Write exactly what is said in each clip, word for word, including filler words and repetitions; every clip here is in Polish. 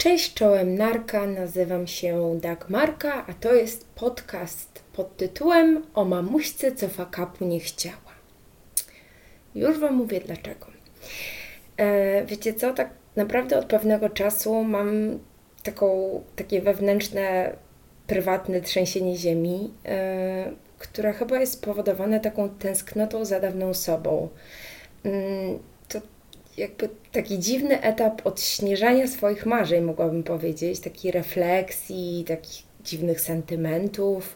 Cześć, czołem narka, nazywam się Dagmarka, a to jest podcast pod tytułem O mamuśce, co fakapu nie chciała. Już Wam mówię dlaczego. E, wiecie co, tak naprawdę od pewnego czasu mam taką, takie wewnętrzne, prywatne trzęsienie ziemi, e, które chyba jest spowodowane taką tęsknotą za dawną sobą. Mm, to jakby taki dziwny etap odśnieżania swoich marzeń, mogłabym powiedzieć, takiej refleksji, takich dziwnych sentymentów.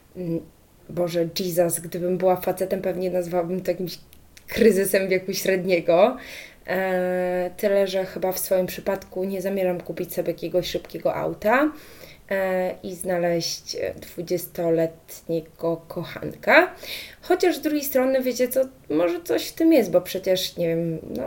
Boże, Jesus, gdybym była facetem, pewnie nazwałabym to jakimś kryzysem wieku średniego. Eee, tyle, że chyba w swoim przypadku nie zamierzam kupić sobie jakiegoś szybkiego auta eee, i znaleźć dwudziestoletniego kochanka. Chociaż z drugiej strony, wiecie co, może coś w tym jest, bo przecież, nie wiem, no,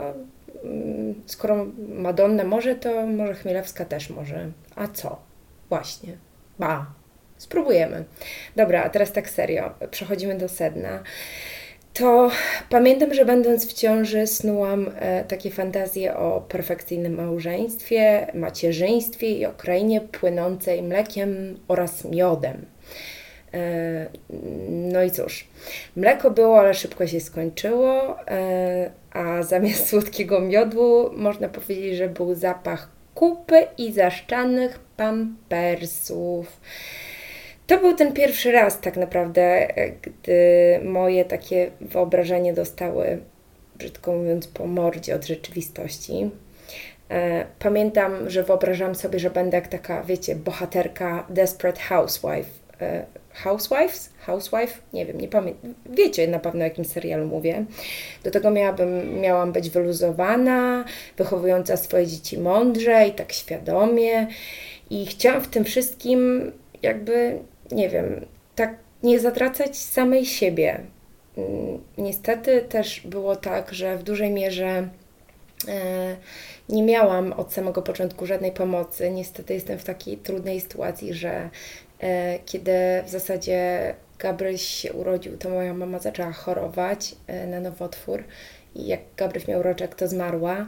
skoro Madonna może, to może Chmielewska też może. A co? Właśnie. Ba. Spróbujemy. Dobra, a teraz tak serio. Przechodzimy do sedna. To pamiętam, że będąc w ciąży snułam e, takie fantazje o perfekcyjnym małżeństwie, macierzyństwie i o krainie płynącej mlekiem oraz miodem. E, no i cóż, mleko było, ale szybko się skończyło, e, a zamiast słodkiego miodu można powiedzieć, że był zapach kupy i zaszczanych pampersów. To był ten pierwszy raz tak naprawdę, gdy moje takie wyobrażenia dostały, brzydko mówiąc, po mordzie od rzeczywistości. Pamiętam, że wyobrażałam sobie, że będę jak taka, wiecie, bohaterka Desperate Housewife. Housewives? Housewife? Nie wiem, nie pamiętam. Wiecie na pewno o jakim serialu mówię. Do tego miałabym, miałam być wyluzowana, wychowująca swoje dzieci mądrze i tak świadomie. I chciałam w tym wszystkim jakby, nie wiem, tak nie zatracać samej siebie. Niestety też było tak, że w dużej mierze e, nie miałam od samego początku żadnej pomocy. Niestety jestem w takiej trudnej sytuacji, że e, kiedy w zasadzie Gabryś się urodził, to moja mama zaczęła chorować e, na nowotwór i jak Gabryś miał roczek, to zmarła.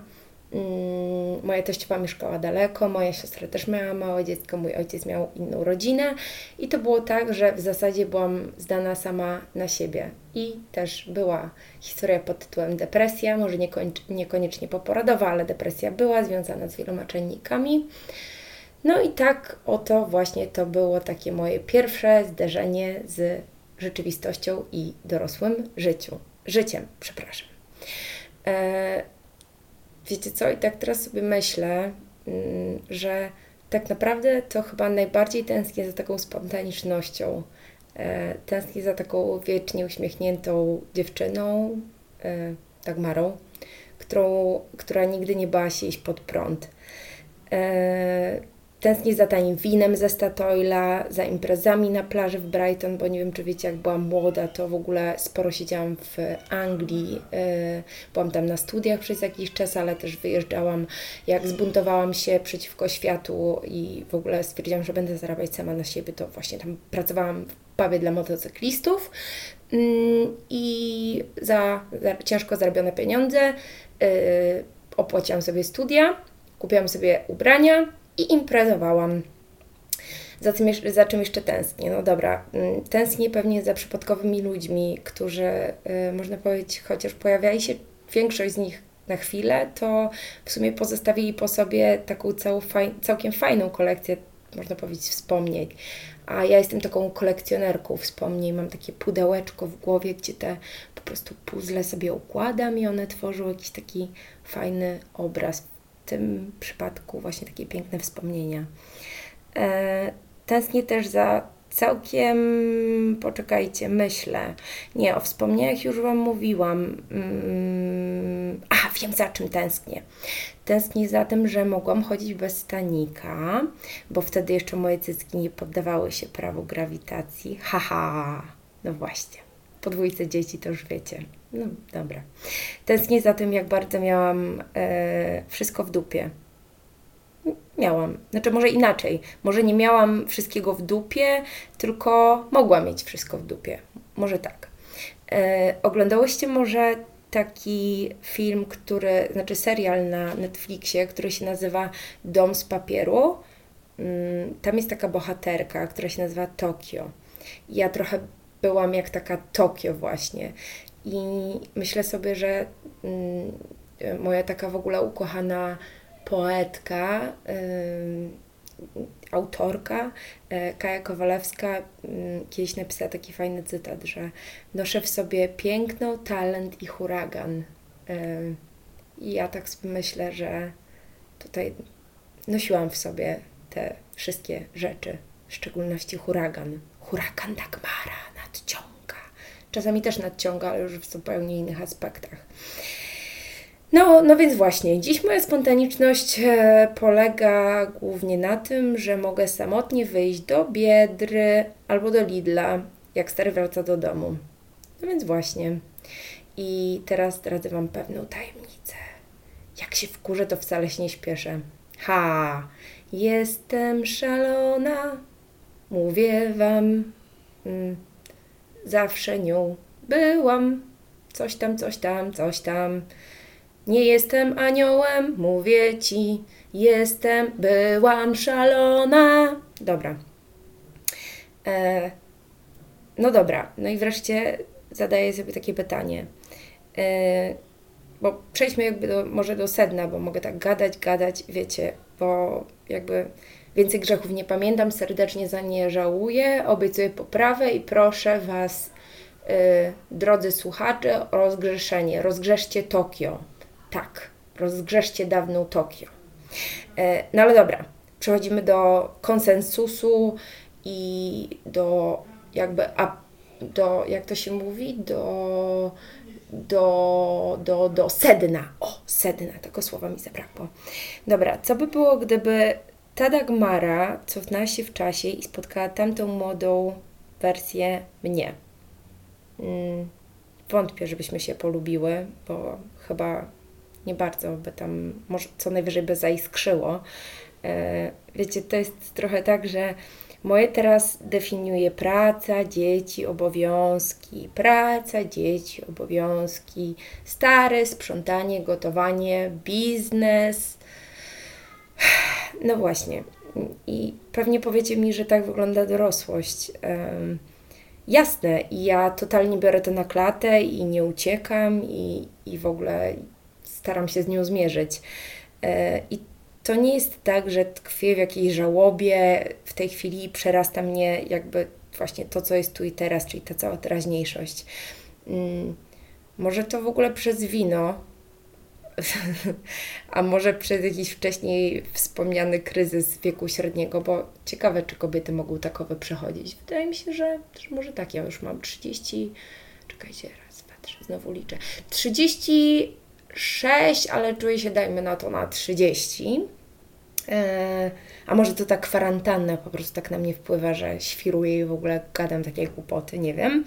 Moja teściowa mieszkała daleko, moja siostra też miała małe dziecko, mój ojciec miał inną rodzinę i to było tak, że w zasadzie byłam zdana sama na siebie i też była historia pod tytułem depresja, może niekoń- niekoniecznie poporodowa, ale depresja była związana z wieloma czynnikami. No i tak oto właśnie to było takie moje pierwsze zderzenie z rzeczywistością i dorosłym życiu, życiem, przepraszam. E- Wiecie co, i tak teraz sobie myślę, że tak naprawdę to chyba najbardziej tęsknię za taką spontanicznością. Tęsknię za taką wiecznie uśmiechniętą dziewczyną, Dagmarą, którą, która nigdy nie bała się iść pod prąd. Tęsknię za tanim winem ze Statoila, za imprezami na plaży w Brighton, bo nie wiem, czy wiecie, jak byłam młoda, to w ogóle sporo siedziałam w Anglii. Byłam tam na studiach przez jakiś czas, ale też wyjeżdżałam, jak zbuntowałam się przeciwko światu i w ogóle stwierdziłam, że będę zarabiać sama na siebie, to właśnie tam pracowałam w pubie dla motocyklistów i za, za ciężko zarobione pieniądze opłaciłam sobie studia, kupiłam sobie ubrania i imprezowałam. Za, tym, za czym jeszcze tęsknię? No dobra, tęsknię pewnie za przypadkowymi ludźmi, którzy, yy, można powiedzieć, chociaż pojawiali się większość z nich na chwilę, to w sumie pozostawili po sobie taką całą faj, całkiem fajną kolekcję, można powiedzieć, wspomnień. A ja jestem taką kolekcjonerką wspomnień, mam takie pudełeczko w głowie, gdzie te po prostu puzzle sobie układam i one tworzą jakiś taki fajny obraz. W tym przypadku właśnie takie piękne wspomnienia. E, tęsknię też za całkiem, poczekajcie, myślę. Nie, o wspomnieniach już Wam mówiłam. Mm, a, wiem za czym tęsknię. Tęsknię za tym, że mogłam chodzić bez stanika, bo wtedy jeszcze moje cycki nie poddawały się prawu grawitacji. Haha, no właśnie. Po dwójce dzieci to już wiecie. No dobra. Tęsknię za tym, jak bardzo miałam e, wszystko w dupie. Miałam. Znaczy może inaczej. Może nie miałam wszystkiego w dupie, tylko mogłam mieć wszystko w dupie. Może tak. E, oglądałyście może taki film, który, znaczy serial na Netflixie, który się nazywa Dom z papieru. Tam jest taka bohaterka, która się nazywa Tokio. Ja trochę byłam jak taka Tokio właśnie. I myślę sobie, że moja taka w ogóle ukochana poetka, autorka Kaja Kowalewska kiedyś napisała taki fajny cytat, że noszę w sobie piękno, talent i huragan. I ja tak sobie myślę, że tutaj nosiłam w sobie te wszystkie rzeczy, w szczególności huragan. Huragan Dagmara nadciąga. Czasami też nadciąga, ale już w zupełnie innych aspektach. No, no więc właśnie, dziś moja spontaniczność polega głównie na tym, że mogę samotnie wyjść do Biedry albo do Lidla, jak stary wraca do domu. No więc właśnie. I teraz zdradzę Wam pewną tajemnicę. Jak się wkurzę, to wcale się nie śpieszę. Ha! Jestem szalona, mówię Wam. Mm, zawsze nią byłam. Coś tam, coś tam, coś tam. Nie jestem aniołem, mówię Ci, jestem, byłam szalona. Dobra. E, no dobra, no i wreszcie zadaję sobie takie pytanie. E, bo przejdźmy jakby do, może do sedna, bo mogę tak gadać, gadać, wiecie, bo jakby więcej grzechów nie pamiętam, serdecznie za nie żałuję, obiecuję poprawę i proszę Was, y, drodzy słuchacze, o rozgrzeszenie. Rozgrzeszcie Tokio. Tak, rozgrzeszcie dawną Tokio. E, no ale dobra, przechodzimy do konsensusu i do jakby, a, do, jak to się mówi, do, do, do, do sedna. O, sedna, tego słowa mi zabrakło. Dobra, co by było, gdyby ta Dagmara cofnęła się w czasie i spotkała tamtą młodą wersję mnie? Hmm, wątpię, żebyśmy się polubiły, bo chyba nie bardzo, by tam może co najwyżej by zaiskrzyło. E, wiecie, to jest trochę tak, że moje teraz definiuje praca, dzieci, obowiązki, praca, dzieci, obowiązki, stare, sprzątanie, gotowanie, biznes. No właśnie. I pewnie powiecie mi, że tak wygląda dorosłość. Um, jasne, i ja totalnie biorę to na klatę i nie uciekam i, i w ogóle staram się z nią zmierzyć. E, I to nie jest tak, że tkwię w jakiejś żałobie, w tej chwili przerasta mnie jakby właśnie to, co jest tu i teraz, czyli ta cała teraźniejszość. Hmm, może to w ogóle przez wino, a może przez jakiś wcześniej wspomniany kryzys wieku średniego, bo ciekawe, czy kobiety mogą takowe przechodzić. Wydaje mi się, że, że może tak. Ja już mam trzydzieści, czekajcie, raz, dwa, trzy, znowu liczę. trzydzieści sześć, ale czuję się, dajmy na to, na trzydzieści. Eee, a może to ta kwarantanna po prostu tak na mnie wpływa, że świruję i w ogóle gadam takie głupoty, nie wiem.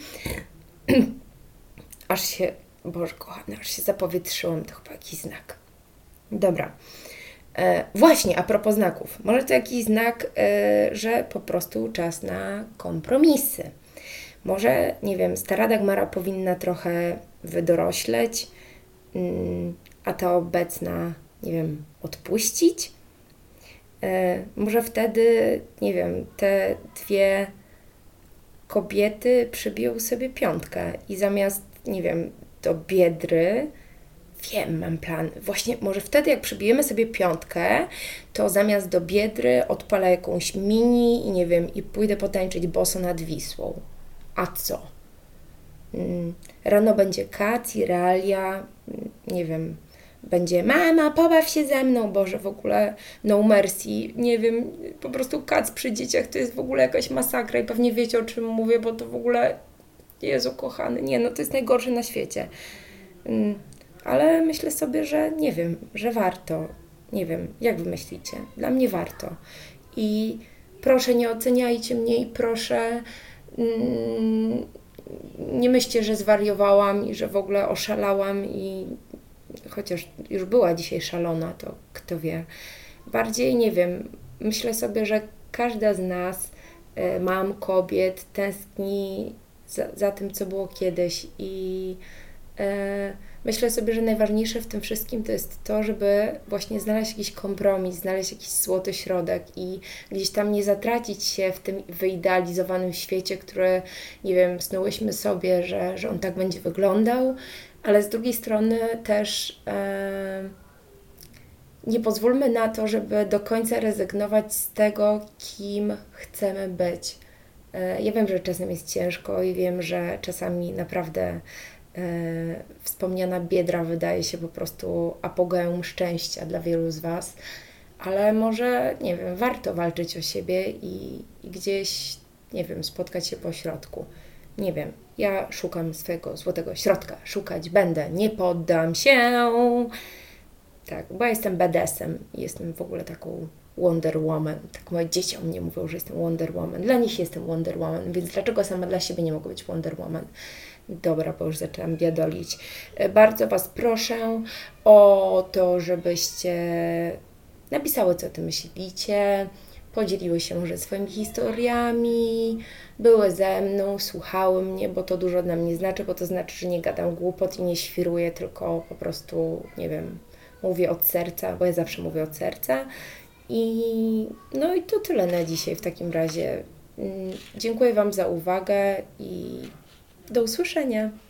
Aż się, Boże kochany, aż się zapowietrzyłam, to chyba jakiś znak. Dobra. E, właśnie, a propos znaków. Może to jakiś znak, e, że po prostu czas na kompromisy. Może, nie wiem, stara Dagmara powinna trochę wydorośleć, mm, a ta obecna, nie wiem, odpuścić. E, może wtedy, nie wiem, te dwie kobiety przybiją sobie piątkę i zamiast, nie wiem, do Biedry, wiem, mam plan. Właśnie może wtedy, jak przybijemy sobie piątkę, to zamiast do Biedry odpalę jakąś mini i nie wiem, i pójdę potańczyć boso nad Wisłą. A co? Hmm. Rano będzie Kac i realia, nie wiem, będzie mama, pobaw się ze mną, Boże, w ogóle no mercy, nie wiem, po prostu Kac przy dzieciach to jest w ogóle jakaś masakra i pewnie wiecie, o czym mówię, bo to w ogóle, Jezu kochany, nie, no to jest najgorsze na świecie. Hmm. Ale myślę sobie, że nie wiem, że warto. Nie wiem, jak Wy myślicie? Dla mnie warto. I proszę, nie oceniajcie mnie i proszę, mm, nie myślcie, że zwariowałam i że w ogóle oszalałam i chociaż już była dzisiaj szalona, to kto wie. Bardziej, nie wiem, myślę sobie, że każda z nas, y, mam, kobiet, tęskni za, za tym, co było kiedyś i y, myślę sobie, że najważniejsze w tym wszystkim to jest to, żeby właśnie znaleźć jakiś kompromis, znaleźć jakiś złoty środek i gdzieś tam nie zatracić się w tym wyidealizowanym świecie, który, nie wiem, snułyśmy sobie, że, że on tak będzie wyglądał, ale z drugiej strony też e, nie pozwólmy na to, żeby do końca rezygnować z tego, kim chcemy być. E, ja wiem, że czasem jest ciężko i wiem, że czasami naprawdę E, wspomniana biedra wydaje się po prostu apogeum szczęścia dla wielu z Was, ale może, nie wiem, warto walczyć o siebie i, i gdzieś, nie wiem, spotkać się po środku. Nie wiem, ja szukam swojego złotego środka, szukać będę, nie poddam się. Tak, bo ja jestem bedesem i jestem w ogóle taką Wonder Woman. Tak moje dzieci o mnie mówią, że jestem Wonder Woman. Dla nich jestem Wonder Woman, więc dlaczego sama dla siebie nie mogę być Wonder Woman? Dobra, bo już zaczęłam biadolić. Bardzo Was proszę o to, żebyście napisały, co o tym myślicie, podzieliły się może swoimi historiami, były ze mną, słuchały mnie, bo to dużo dla mnie znaczy, bo to znaczy, że nie gadam głupot i nie świruję, tylko po prostu, nie wiem, mówię od serca, bo ja zawsze mówię od serca. I no i to tyle na dzisiaj w takim razie. Dziękuję Wam za uwagę i do usłyszenia.